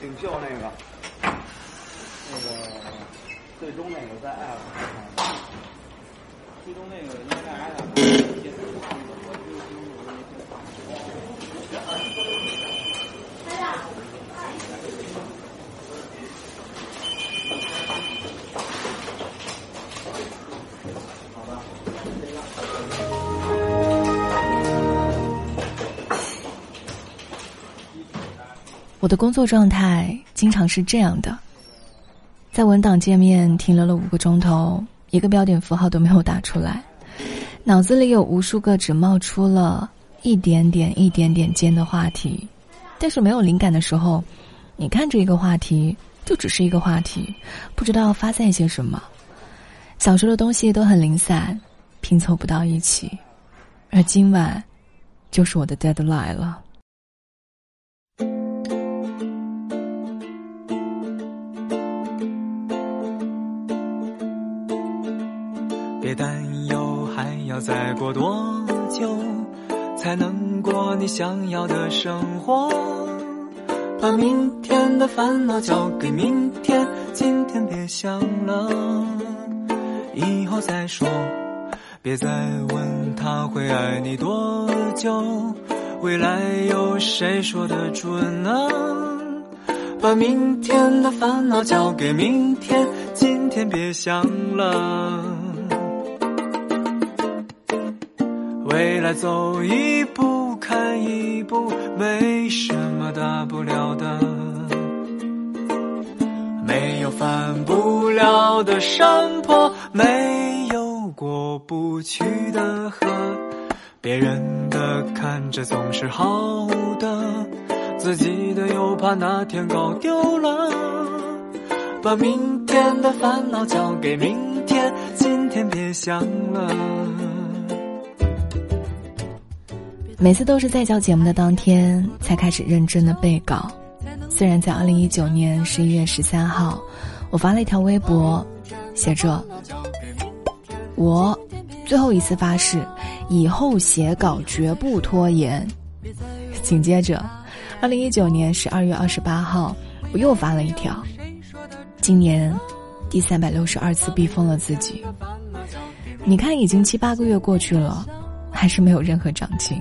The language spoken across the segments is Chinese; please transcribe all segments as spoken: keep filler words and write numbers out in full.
领袖那个，那个最终那个在爱尔兰，最终那个应该在爱尔兰结束了。 我的工作状态经常是这样的，在文档界面停留了五个钟头，一个标点符号都没有打出来，脑子里有无数个只冒出了一点点一点点尖的话题，但是没有灵感的时候，你看这一个话题就只是一个话题，不知道发散些什么。想说的东西都很零散，拼凑不到一起，而今晚就是我的 deadline 了。 别担忧，还要再过多久才能过你想要的生活？把明天的烦恼交给明天，今天别想了，以后再说。别再问他会爱你多久，未来有谁说得准呢？把明天的烦恼交给明天，今天别想了。未来走一步看一步，没什么大不了的，没有翻不了的山坡，没有过不去的河，别人的看着总是好的，自己的又怕哪天搞丢了。把明天的烦恼交给明天，今天别想了。 每次都是在交节目的当天才开始认真的背稿，虽然在二零一九年十一月十三号我发了一条微博，写着我最后一次发誓以后写稿绝不拖延。紧接着二零一九年十二月二十八号我又发了一条，今年第三百六十二次逼疯了自己。你看已经七八个月过去了，还是没有任何长进。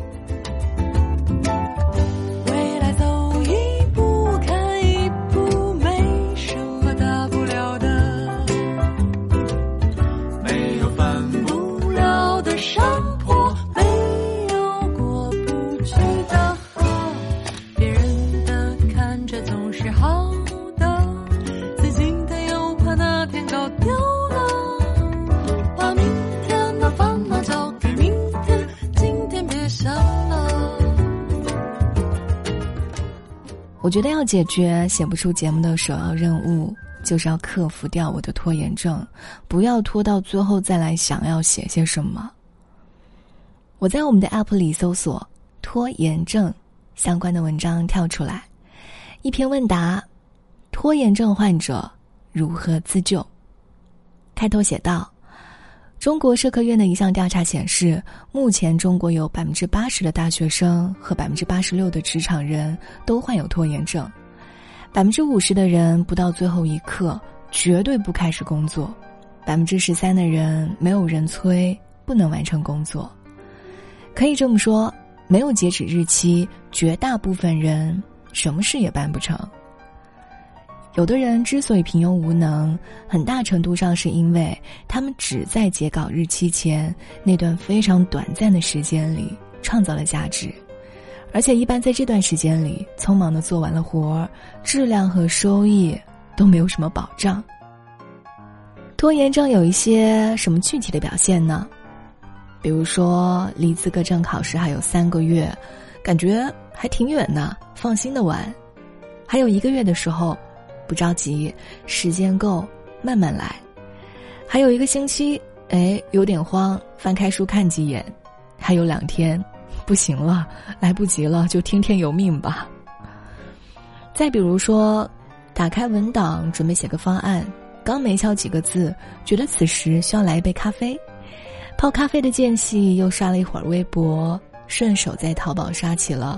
我觉得要解决写不出节目的首要任务，就是要克服掉我的拖延症，不要拖到最后再来想要写些什么。我在我们的 app 里搜索拖延症相关的文章跳出来，一篇问答，拖延症患者如何自救。开头写道，中国社科院的一项调查显示，目前中国有 百分之八十 的大学生和 百分之八十六 的职场人都患有拖延症， 百分之五十 的人不到最后一刻绝对不开始工作， 百分之十三 的人没有人催不能完成工作。可以这么说，没有截止日期，绝大部分人什么事也办不成。有的人之所以平庸无能，很大程度上是因为他们只在截稿日期前那段非常短暂的时间里创造了价值，而且一般在这段时间里匆忙地做完了活，质量和收益都没有什么保障。拖延症有一些什么具体的表现呢？比如说离资格证考试还有三个月，感觉还挺远呢，放心的玩。还有一个月的时候，不着急，时间够，慢慢来。还有一个星期，哎，有点慌，翻开书看几眼。还有两天，不行了，来不及了，就听天由命吧。再比如说，打开文档准备写个方案，刚没敲几个字，觉得此时需要来一杯咖啡。泡咖啡的间隙又刷了一会儿微博，顺手在淘宝刷起了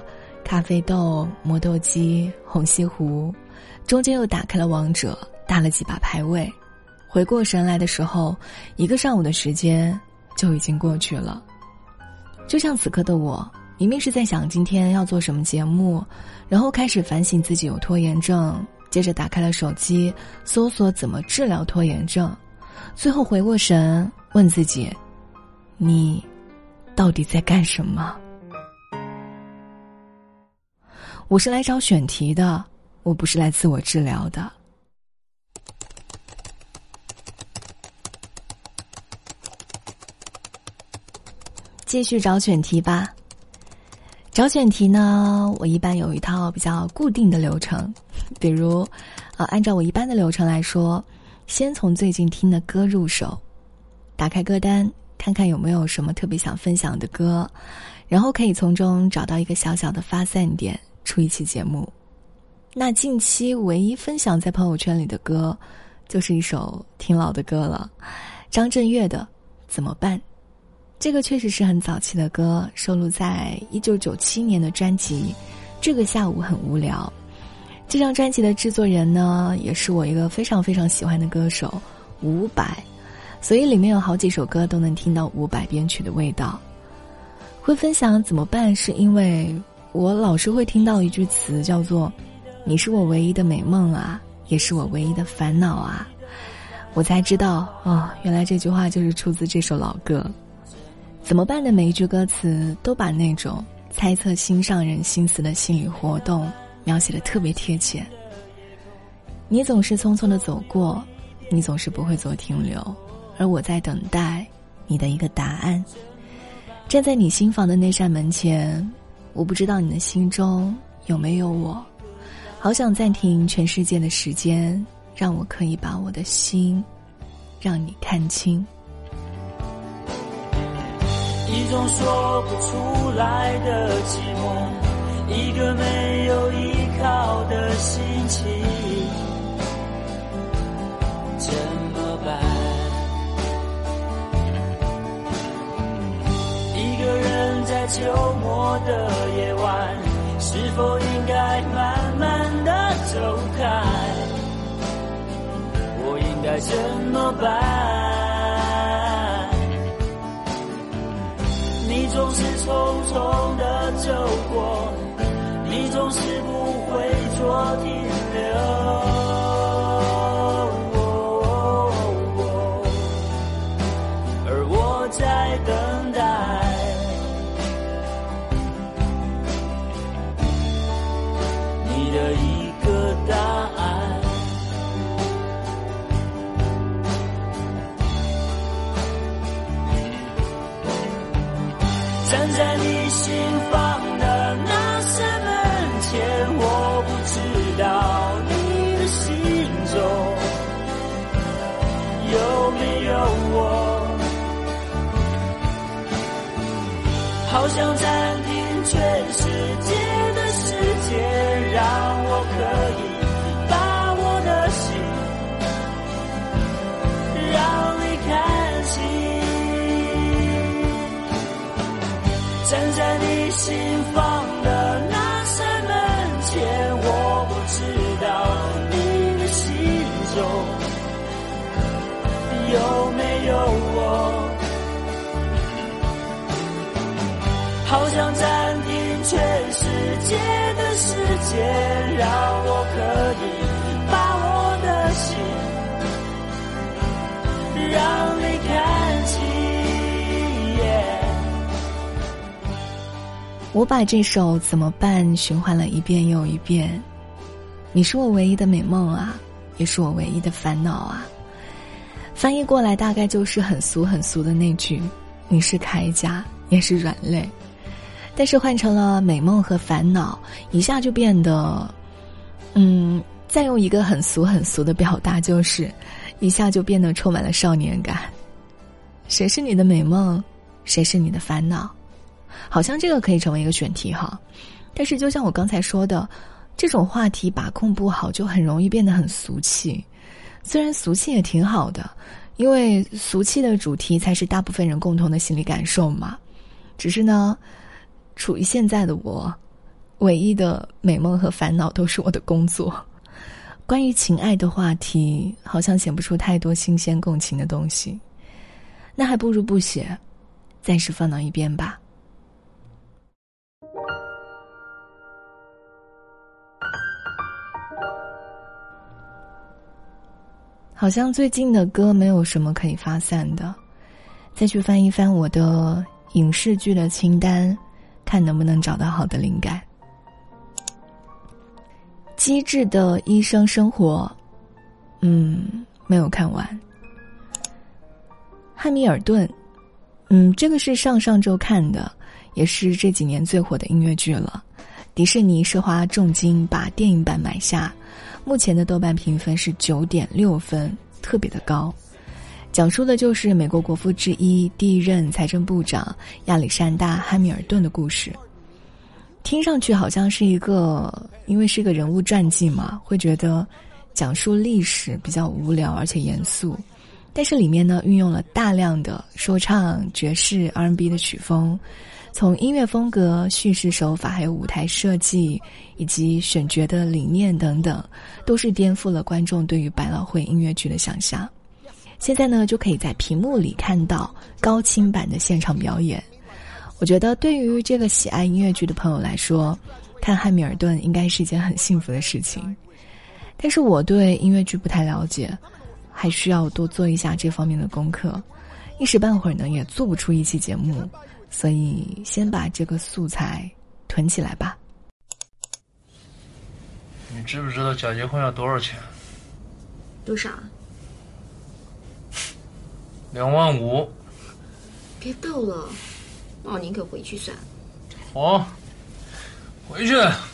咖啡豆、磨豆机、红西湖，中间又打开了王者，打了几把排位。回过神来的时候，一个上午的时间就已经过去了。就像此刻的我，明明是在想今天要做什么节目，然后开始反省自己有拖延症，接着打开了手机搜索怎么治疗拖延症，最后回过神问自己，你到底在干什么？我是来找选题的，我不是来自我治疗的。继续找选题吧。找选题呢，我一般有一套比较固定的流程，比如呃，按照我一般的流程来说，先从最近听的歌入手，打开歌单看看有没有什么特别想分享的歌，然后可以从中找到一个小小的发散点，出一期节目。那近期唯一分享在朋友圈里的歌，就是一首挺老的歌了，张震岳的《怎么办》。这个确实是很早期的歌，收录在一九九七年的专辑《这个下午很无聊》。这张专辑的制作人呢，也是我一个非常非常喜欢的歌手伍佰，所以里面有好几首歌都能听到伍佰编曲的味道。会分享怎么办，是因为我老是会听到一句词叫做你是我唯一的美梦啊，也是我唯一的烦恼啊，我才知道哦，原来这句话就是出自这首老歌。怎么办的每一句歌词都把那种猜测心上人心思的心理活动描写得特别贴切。你总是匆匆地走过，你总是不会做停留，而我在等待你的一个答案。站在你心房的那扇门前，我不知道你的心中有没有我，好想暂停全世界的时间，让我可以把我的心让你看清。 一种说不出来的寂寞，一个没有依靠的心情，怎么办？一个人在秋末的夜晚，是否应该慢慢的走开？我应该怎么办？你总是匆匆地走过，你总是不会做停留，而我在等待你的一个答案。站在你心房的那扇门前，我不知道你的心中有没有我，好想暂停全世界的时间，让我可以把我的心让你看清。站在你心房的那扇门前，我不知道你的心中有没有我，好想暂停全世界的时间，让我可以把我的心让你看清。 我把这首怎么办循环了一遍又一遍。你是我唯一的美梦啊，也是我唯一的烦恼啊。翻译过来大概就是很俗很俗的那句，你是铠甲也是软肋。但是换成了美梦和烦恼，一下就变得嗯，再用一个很俗很俗的表达，就是一下就变得充满了少年感。谁是你的美梦，谁是你的烦恼，好像这个可以成为一个选题哈。但是就像我刚才说的，这种话题把控不好，就很容易变得很俗气。虽然俗气也挺好的，因为俗气的主题才是大部分人共同的心理感受嘛。只是呢，处于现在的我， 唯一的美梦和烦恼都是我的工作。关于情爱的话题，好像写不出太多新鲜共情的东西，那还不如不写，暂时放到一边吧。好像最近的歌没有什么可以发散的，再去翻一翻我的影视剧的清单，看能不能找到好的灵感。机智的医生生活，嗯，没有看完。汉密尔顿，嗯，这个是上上周看的，也是这几年最火的音乐剧了。迪士尼是花重金把电影版买下，目前的豆瓣评分是 九点六 分，特别的高。讲述的就是美国国父之一第一任财政部长亚历山大·汉密尔顿的故事。听上去好像是一个，因为是个人物传记嘛，会觉得讲述历史比较无聊而且严肃。但是里面呢，运用了大量的说唱、爵士、R and B 的曲风，从音乐风格、叙事手法还有舞台设计以及选角的理念等等，都是颠覆了观众对于百老汇音乐剧的想象。现在呢，就可以在屏幕里看到高清版的现场表演。我觉得对于这个喜爱音乐剧的朋友来说，看汉密尔顿应该是一件很幸福的事情。但是我对音乐剧不太了解，还需要多做一下这方面的功课，一时半会儿呢也做不出一期节目，所以先把这个素材囤起来吧。 你知不知道假结婚要多少钱？ 多少？ 两万五。 别逗了，那我宁可回去算了。 好，回去。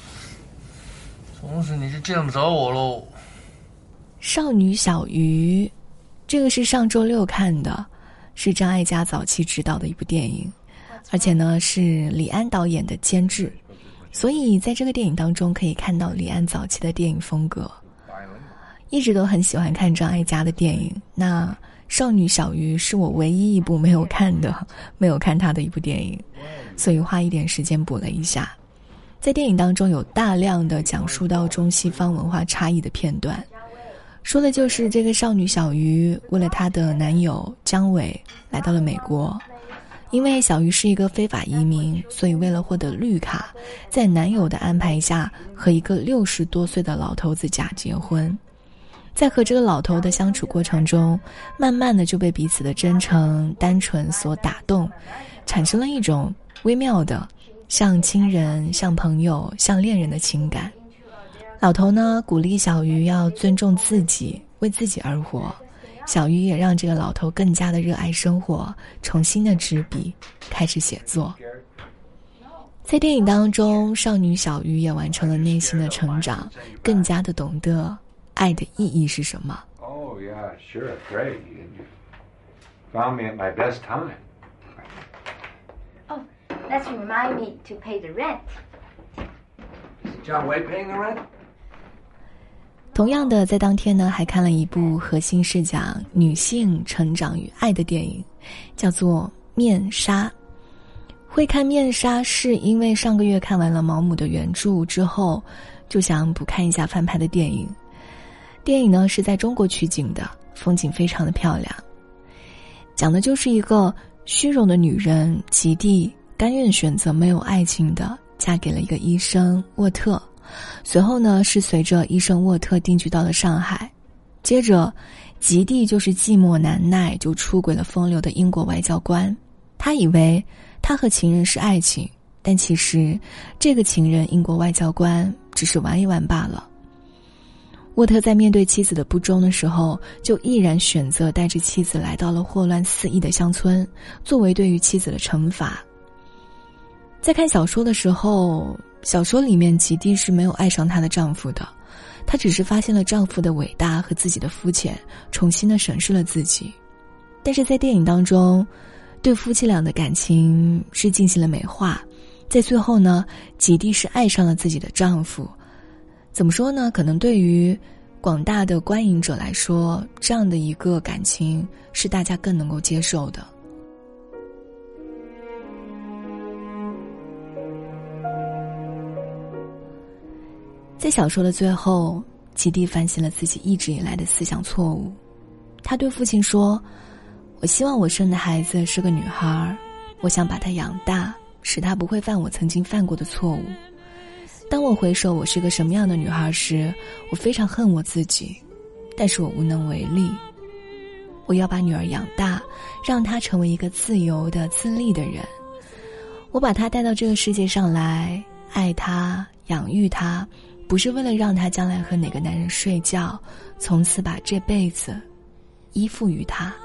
从此你就见不着我喽。 少女小鱼，这个是上周六看的，是张艾嘉早期执导的一部电影，而且呢是李安导演的监制，所以在这个电影当中可以看到李安早期的电影风格。一直都很喜欢看张艾嘉的电影，那少女小鱼是我唯一一部没有看的没有看他的一部电影，所以花一点时间补了一下。在电影当中有大量的讲述到中西方文化差异的片段，说的就是这个少女小鱼为了她的男友姜伟来到了美国。因为小鱼是一个非法移民，所以为了获得绿卡，在男友的安排下和一个六十多岁的老头子假结婚。在和这个老头的相处过程中，慢慢的就被彼此的真诚单纯所打动，产生了一种微妙的像亲人像朋友像恋人的情感。老头呢鼓励小鱼要尊重自己，为自己而活，小鱼也让这个老头更加的热爱生活，重新的执笔开始写作。在电影当中，少女小鱼也完成了内心的成长，更加的懂得爱的意义是什么。 Oh, yeah, sure, great. You found me at my best time. Oh, let's remind me to pay the rent. Is John Wayne paying the rent? 同样的，在当天呢，还看了一部核心是讲女性成长与爱的电影，叫做《面纱》。会看《面纱》是因为上个月看完了毛姆的原著之后，就想补看一下翻拍的电影。电影呢是在中国取景的，风景非常的漂亮。讲的就是一个虚荣的女人吉蒂甘愿选择没有爱情的嫁给了一个医生沃特，随后呢是随着医生沃特定居到了上海。接着吉蒂就是寂寞难耐，就出轨了风流的英国外交官。他以为他和情人是爱情，但其实这个情人英国外交官只是玩一玩罢了。沃特在面对妻子的不忠的时候，就毅然选择带着妻子来到了霍乱四溢的乡村，作为对于妻子的惩罚。在看小说的时候，小说里面吉蒂是没有爱上她的丈夫的，她只是发现了丈夫的伟大和自己的肤浅，重新的审视了自己。但是在电影当中，对夫妻俩的感情是进行了美化，在最后呢，吉蒂是爱上了自己的丈夫。怎么说呢？可能对于广大的观影者来说，这样的一个感情是大家更能够接受的。 在小说的最后，吉蒂反省了自己一直以来的思想错误。他对父亲说，我希望我生的孩子是个女孩，我想把她养大，使她不会犯我曾经犯过的错误。当我回首我是个什么样的女孩时，我非常恨我自己，但是我无能为力。我要把女儿养大，让她成为一个自由的自立的人。我把她带到这个世界上来，爱她，养育她，不是为了让她将来和哪个男人睡觉，从此把这辈子依附于他。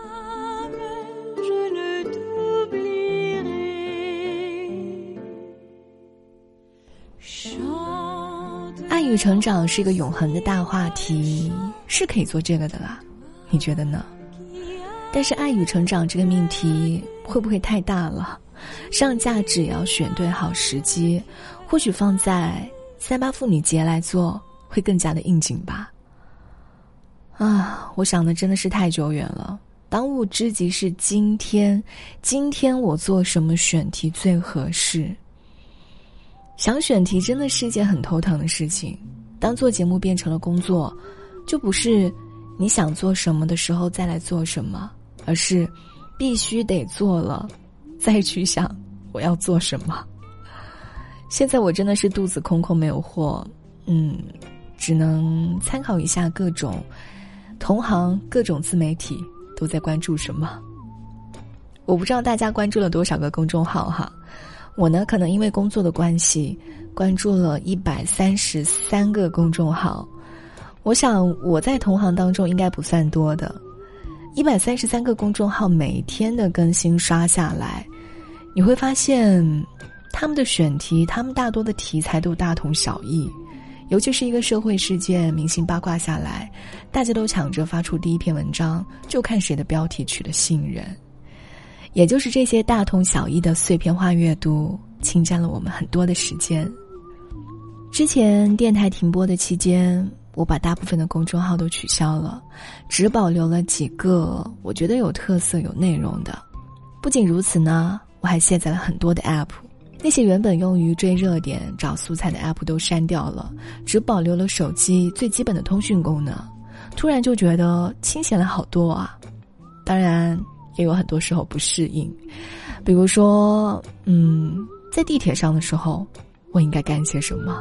爱与成长是一个永恒的大话题，是可以做这个的啦，你觉得呢？但是爱与成长这个命题会不会太大了？上架只要选对好时机，或许放在三八妇女节来做会更加的应景吧。啊，我想的真的是太久远了。当务之急是今天，今天我做什么选题最合适？想选题真的是一件很头疼的事情。当做节目变成了工作，就不是你想做什么的时候再来做什么，而是必须得做了，再去想我要做什么。现在我真的是肚子空空没有货，嗯，只能参考一下各种同行各种自媒体都在关注什么。我不知道大家关注了多少个公众号哈，我呢可能因为工作的关系关注了一百三十三个公众号。我想我在同行当中应该不算多的，一百三十三个公众号每天的更新刷下来，你会发现他们的选题，他们大多的题材都大同小异。尤其是一个社会事件明星八卦下来，大家都抢着发出第一篇文章，就看谁的标题取得吸引人。也就是这些大同小异的碎片化阅读侵占了我们很多的时间。之前电台停播的期间，我把大部分的公众号都取消了，只保留了几个我觉得有特色有内容的。不仅如此呢，我还卸载了很多的 app，那些原本用于追热点找素材的 app 都删掉了，只保留了手机最基本的通讯功能。突然就觉得清闲了好多啊。当然也有很多时候不适应，比如说嗯，在地铁上的时候我应该干些什么。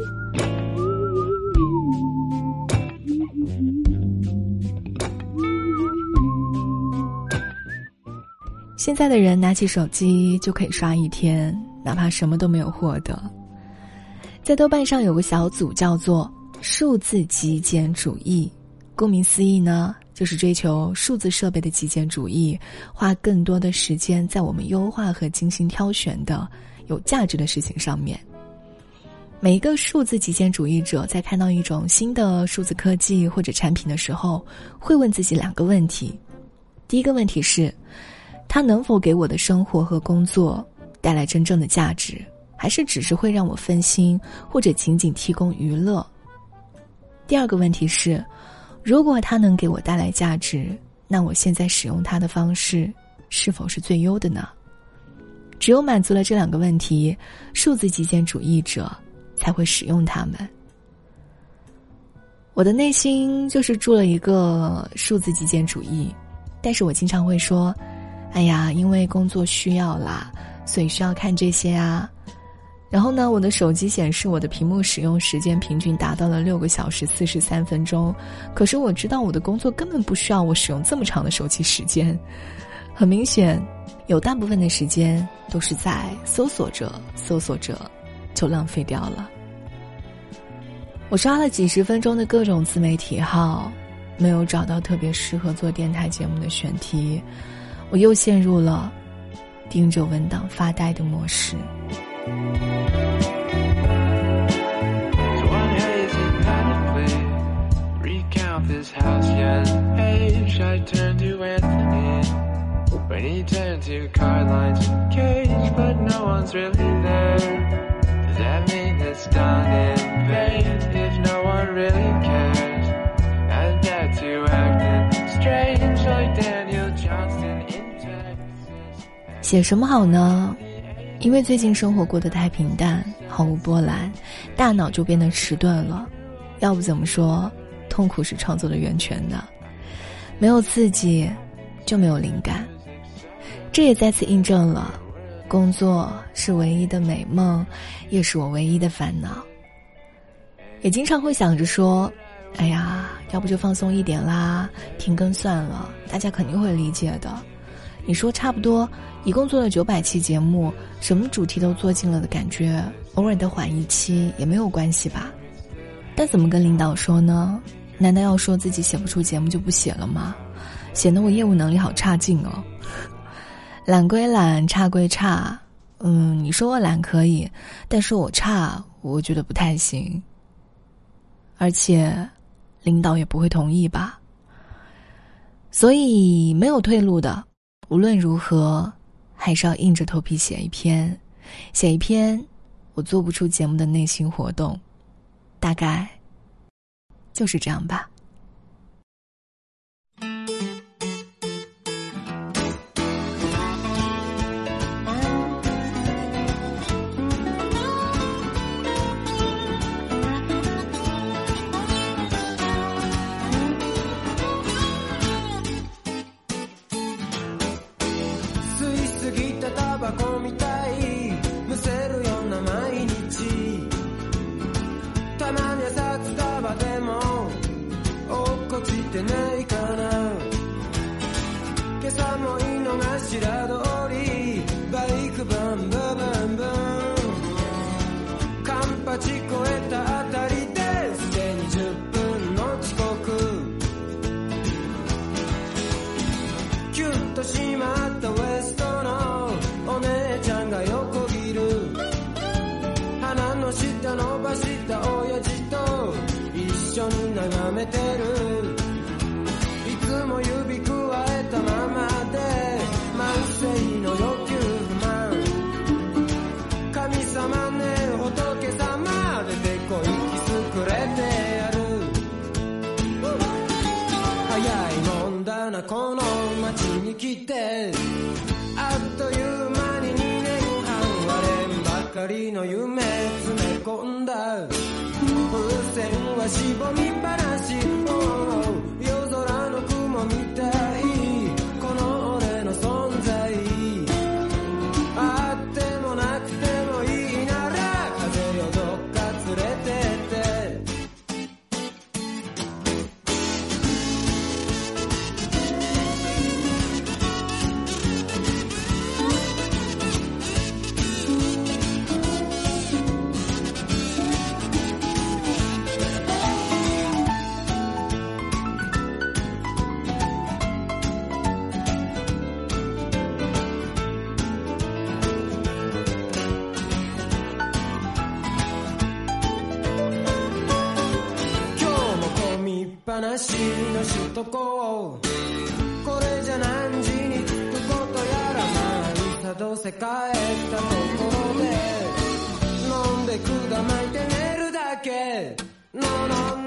现在的人拿起手机就可以刷一天，哪怕什么都没有获得。在豆瓣上有个小组叫做数字极简主义，顾名思义呢，就是追求数字设备的极简主义，花更多的时间在我们优化和精心挑选的有价值的事情上面。每一个数字极简主义者在看到一种新的数字科技或者产品的时候，会问自己两个问题。第一个问题是，它能否给我的生活和工作带来真正的价值，还是只是会让我分心，或者仅仅提供娱乐？第二个问题是，如果它能给我带来价值，那我现在使用它的方式是否是最优的呢？只有满足了这两个问题，数字极简主义者才会使用它们。我的内心就是住了一个数字极简主义，但是我经常会说，哎呀，因为工作需要啦，所以需要看这些啊。然后呢，我的手机显示我的屏幕使用时间平均达到了六个小时四十三分钟，可是我知道我的工作根本不需要我使用这么长的手机时间。很明显，有大部分的时间都是在搜索着搜索着就浪费掉了。我刷了几十分钟的各种自媒体号，没有找到特别适合做电台节目的选题，我又陷入了盯着文档发呆的模式。 When he turned to Caroline's cage, but no one's really there. Does that mean it's done in vain if no one really cares? And that to acting strange like Daniel Johnston in Texas. 写什么好呢？ 因为最近生活过得太平淡，毫无波澜，大脑就变得迟钝了。要不怎么说痛苦是创作的源泉呢？没有刺激就没有灵感。这也再次印证了工作是唯一的美梦，也是我唯一的烦恼。也经常会想着说，哎呀，要不就放松一点啦，停更算了，大家肯定会理解的。你说差不多一共做了九百期节目，什么主题都做尽了的感觉，偶尔的缓一期也没有关系吧。但怎么跟领导说呢？难道要说自己写不出节目就不写了吗？显得我业务能力好差劲哦。懒归懒，差归差，嗯，你说我懒可以，但是我差，我觉得不太行。而且领导也不会同意吧。所以没有退路的，无论如何还是要硬着头皮写一篇写一篇我做不出节目的内心活动，大概就是这样吧。 ないかな今朝も井の頭通りバイクバンババンバンカンパ聞こえたあたりですでにじゅっぷんの遅刻キュッと締まったウエストのお姉ちゃんが横切る鼻の下伸ばした親父と一緒に眺めてるいつも指くわえたままで慢性の欲求不満神様ね仏様出てこいキスくれてやる早いもんだなこの街に来てあっという間ににねんはん割れんばかりの夢詰め込んだ風船はしぼみ話、oh, 夜空の雲みたいこの俺の存在あってもなくてもいいなら風よどっか連れてって話の首都高これじゃ何時に着くことやらないさどうせ帰ったところで飲んでくだまいて寝るだけ No no